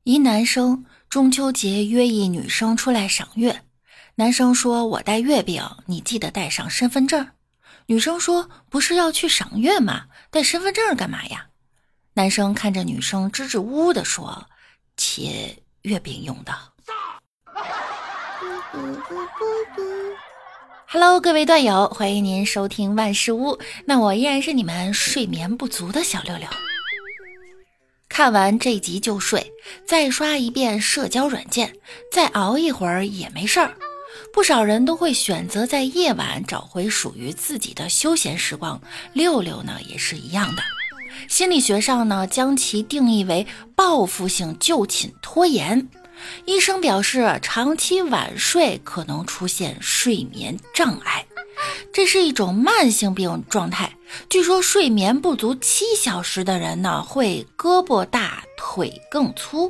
一男生中秋节约一女生出来赏月，男生说我带月饼，你记得带上身份证。女生说不是要去赏月吗？带身份证干嘛呀？男生看着女生支支吾吾地说，切月饼用的。Hello， 各位段友，欢迎您收听万事屋。那我依然是你们睡眠不足的小六六。看完这集就睡，再刷一遍社交软件，再熬一会儿也没事儿。不少人都会选择在夜晚找回属于自己的休闲时光，六六呢也是一样的。心理学上呢将其定义为报复性就寝拖延。医生表示，长期晚睡可能出现睡眠障碍，这是一种慢性病状态。据说睡眠不足7小时的人呢，会胳膊大腿更粗。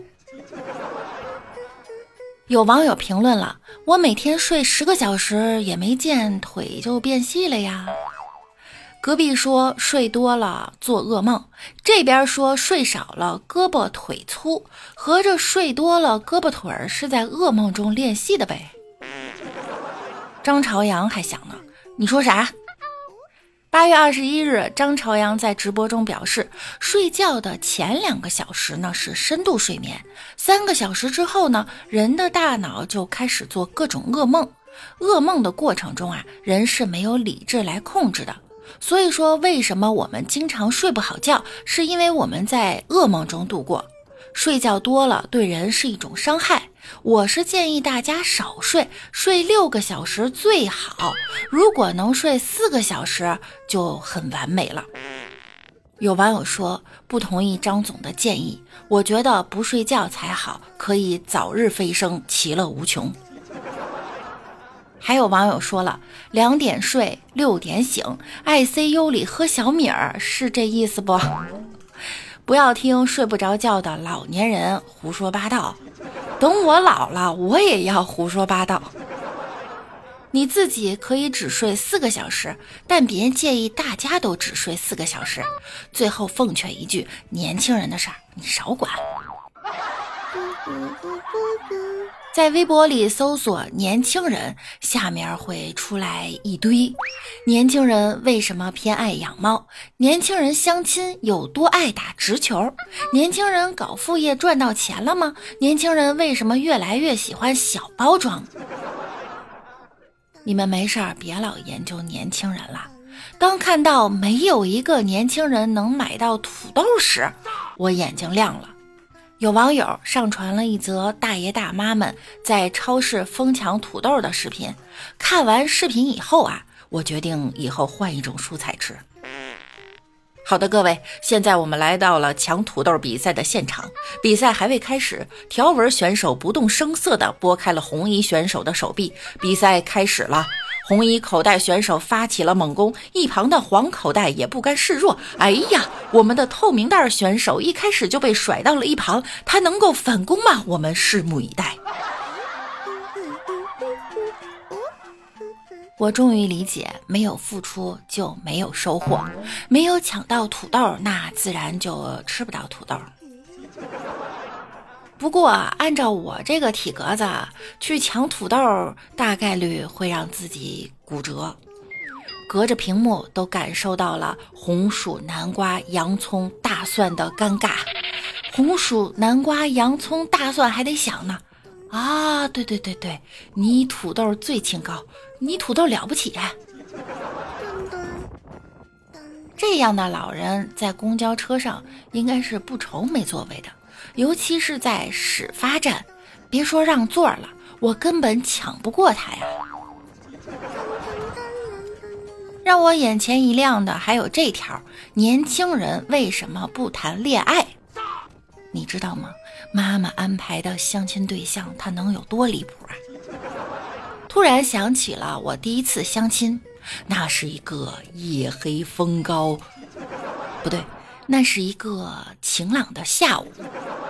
有网友评论了，我每天睡10个小时也没见腿就变细了呀。隔壁说睡多了做噩梦，这边说睡少了胳膊腿粗，合着睡多了胳膊腿是在噩梦中练习的呗。张朝阳还想呢，你说啥？8月21日，张朝阳在直播中表示，睡觉的前2个小时呢是深度睡眠，3个小时之后呢，人的大脑就开始做各种噩梦。噩梦的过程中啊，人是没有理智来控制的。所以说，为什么我们经常睡不好觉，是因为我们在噩梦中度过。睡觉多了对人是一种伤害，我是建议大家少睡，睡6个小时最好，如果能睡4个小时就很完美了。有网友说不同意张总的建议，我觉得不睡觉才好，可以早日飞升，其乐无穷。还有网友说了，2点睡6点醒， ICU 里喝小米儿，是这意思不？不要听睡不着觉的老年人胡说八道，等我老了我也要胡说八道。你自己可以只睡4个小时，但别建议大家都只睡4个小时。最后奉劝一句，年轻人的事儿你少管。在微博里搜索年轻人，下面会出来一堆。年轻人为什么偏爱养猫？年轻人相亲有多爱打直球？年轻人搞副业赚到钱了吗？年轻人为什么越来越喜欢小包装？你们没事儿别老研究年轻人了。当看到没有一个年轻人能买到土豆时，我眼睛亮了。有网友上传了一则大爷大妈们在超市疯抢土豆的视频，看完视频以后啊，我决定以后换一种蔬菜吃。好的，各位，现在我们来到了抢土豆比赛的现场。比赛还未开始，条纹选手不动声色地拨开了红衣选手的手臂。比赛开始了，红衣口袋选手发起了猛攻，一旁的黄口袋也不甘示弱。哎呀，我们的透明袋选手一开始就被甩到了一旁，他能够反攻吗？我们拭目以待。我终于理解，没有付出就没有收获，没有抢到土豆，那自然就吃不到土豆。不过按照我这个体格子，去抢土豆大概率会让自己骨折。隔着屏幕都感受到了红薯、南瓜、洋葱、大蒜的尴尬。红薯、南瓜、洋葱、大蒜还得想呢。啊，对，你土豆最清高，你土豆了不起。这样的老人在公交车上应该是不愁没座位的，尤其是在始发站，别说让座了，我根本抢不过他呀。让我眼前一亮的还有这条，年轻人为什么不谈恋爱？你知道吗？妈妈安排的相亲对象他能有多离谱啊？突然想起了我第一次相亲，那是一个夜黑风高，不对，那是一个晴朗的下午。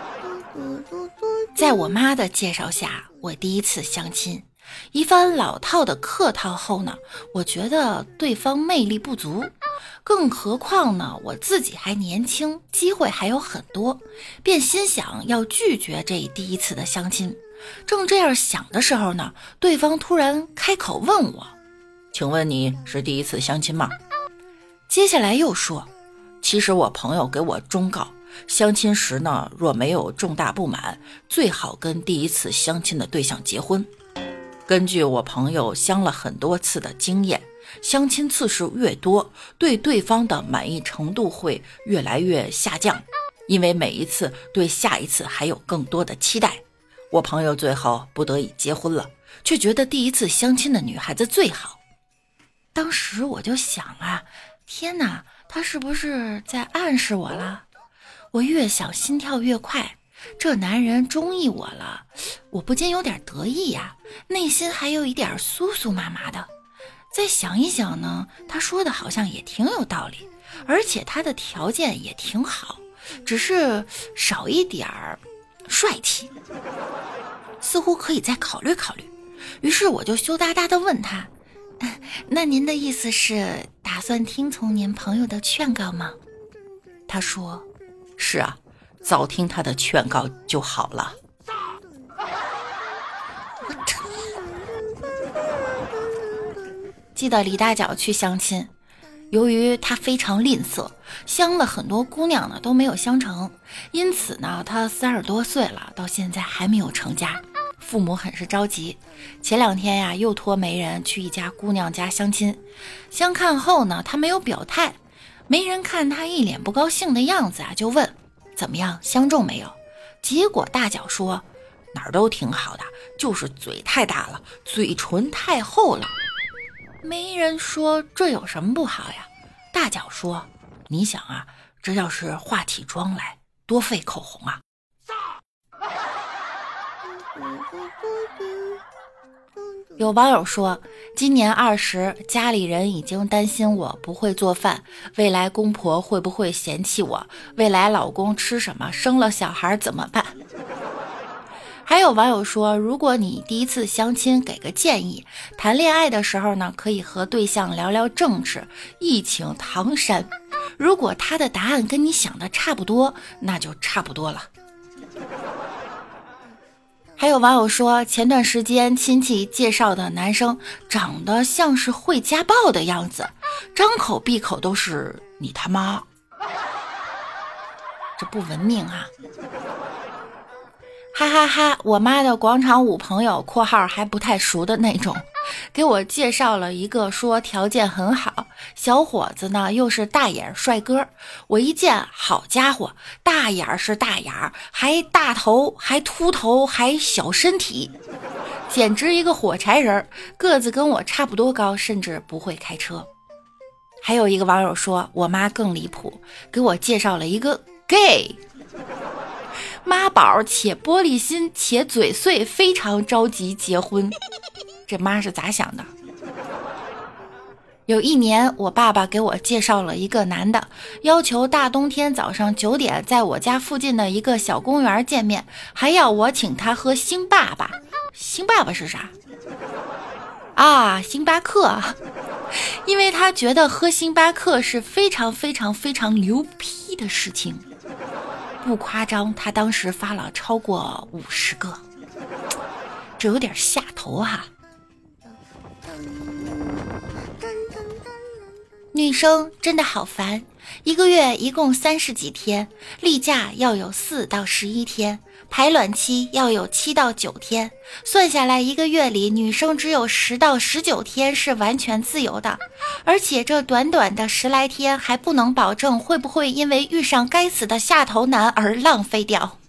在我妈的介绍下，我第一次相亲。一番老套的客套后呢，我觉得对方魅力不足， 更何况呢，我自己还年轻，机会还有很多，便心想要拒绝这第一次的相亲。正这样想的时候呢，对方突然开口问我， 请问你是第一次相亲吗？ 接下来又说， 其实我朋友给我忠告，相亲时呢，若没有重大不满，最好跟第一次相亲的对象结婚。根据我朋友相了很多次的经验，相亲次数越多，对对方的满意程度会越来越下降，因为每一次对下一次还有更多的期待。我朋友最后不得已结婚了，却觉得第一次相亲的女孩子最好。 当时我就想啊，天哪，他是不是在暗示我了？我越想心跳越快，这男人中意我了，我不禁有点得意呀，内心还有一点酥酥麻麻的。再想一想呢，他说的好像也挺有道理，而且他的条件也挺好，只是少一点帅气，似乎可以再考虑考虑。于是我就羞答答地问他，那您的意思是打算听从您朋友的劝告吗？他说， 是啊，早听他的劝告就好了。 记得李大脚去相亲，由于他非常吝啬，相了很多姑娘呢都没有相成，因此呢他30多岁了，到现在还没有成家，父母很是着急。前2天呀，又托媒人去一家姑娘家相亲，相看后呢，他没有表态，媒人看他一脸不高兴的样子啊，就问怎么样，相中没有？结果大脚说哪儿都挺好的，就是嘴太大了，嘴唇太厚了。 媒人说这有什么不好呀？大脚说， 你想啊，这要是化起妆来，多费口红啊。 有网友说，今年20，家里人已经担心我不会做饭，未来公婆会不会嫌弃我，未来老公吃什么，生了小孩怎么办？还有网友说，如果你第一次相亲，给个建议，谈恋爱的时候呢，可以和对象聊聊政治，一请唐山。如果他的答案跟你想的差不多，那就差不多了。还有网友说，前段时间亲戚介绍的男生长得像是会家暴的样子，张口闭口都是你他妈，这不文明啊！哈哈哈，我妈的广场舞朋友（括号还不太熟的那种）给我介绍了一个，说条件很好，小伙子呢又是大眼帅哥。我一见，好家伙，大眼是大眼，还大头，还秃头，还小身体，简直一个火柴人，个子跟我差不多高，甚至不会开车。还有一个网友说，我妈更离谱，给我介绍了一个 gay。妈宝且玻璃心且嘴碎，非常着急结婚。这妈是咋想的？有一年，我爸爸给我介绍了一个男的，要求大冬天早上9点在我家附近的一个小公园见面，还要我请他喝星爸爸。星爸爸是啥？啊，星巴克。因为他觉得喝星巴克是非常非常非常牛批的事情。不夸张，他当时发了超过50个，这有点下头哈。女生真的好烦，一个月一共30几天，例假要有4到11天，排卵期要有7到9天，算下来一个月里女生只有10到19天是完全自由的，而且这短短的10来天还不能保证会不会因为遇上该死的下头男而浪费掉。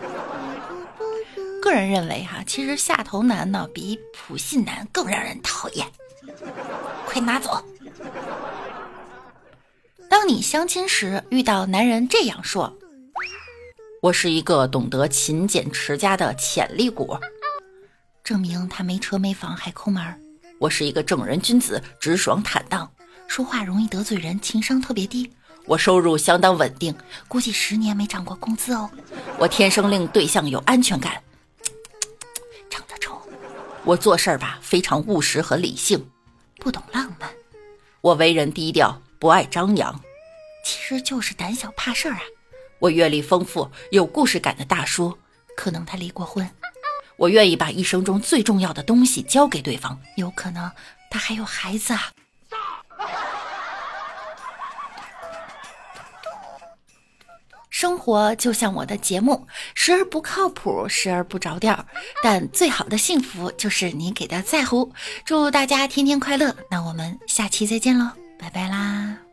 个人认为其实下头男呢比普信男更让人讨厌，快拿走。当你相亲时遇到男人这样说， 我是一个懂得勤俭持家的潜力股， 证明他没车没房还抠门。 我是一个正人君子，直爽坦荡， 说话容易得罪人，情商特别低。 我收入相当稳定， 估计10年没涨过工资哦。 我天生令对象有安全感， 长得丑。 我做事吧非常务实和理性， 不懂浪漫。 我为人低调， 不爱张扬。 其实就是胆小怕事儿啊。 我阅历丰富有故事感的大叔， 可能他离过婚。 我愿意把一生中最重要的东西交给对方， 有可能他还有孩子啊。生活就像我的节目，时而不靠谱，时而不着调，但最好的幸福就是你给的在乎。祝大家天天快乐，那我们下期再见喽，拜拜啦。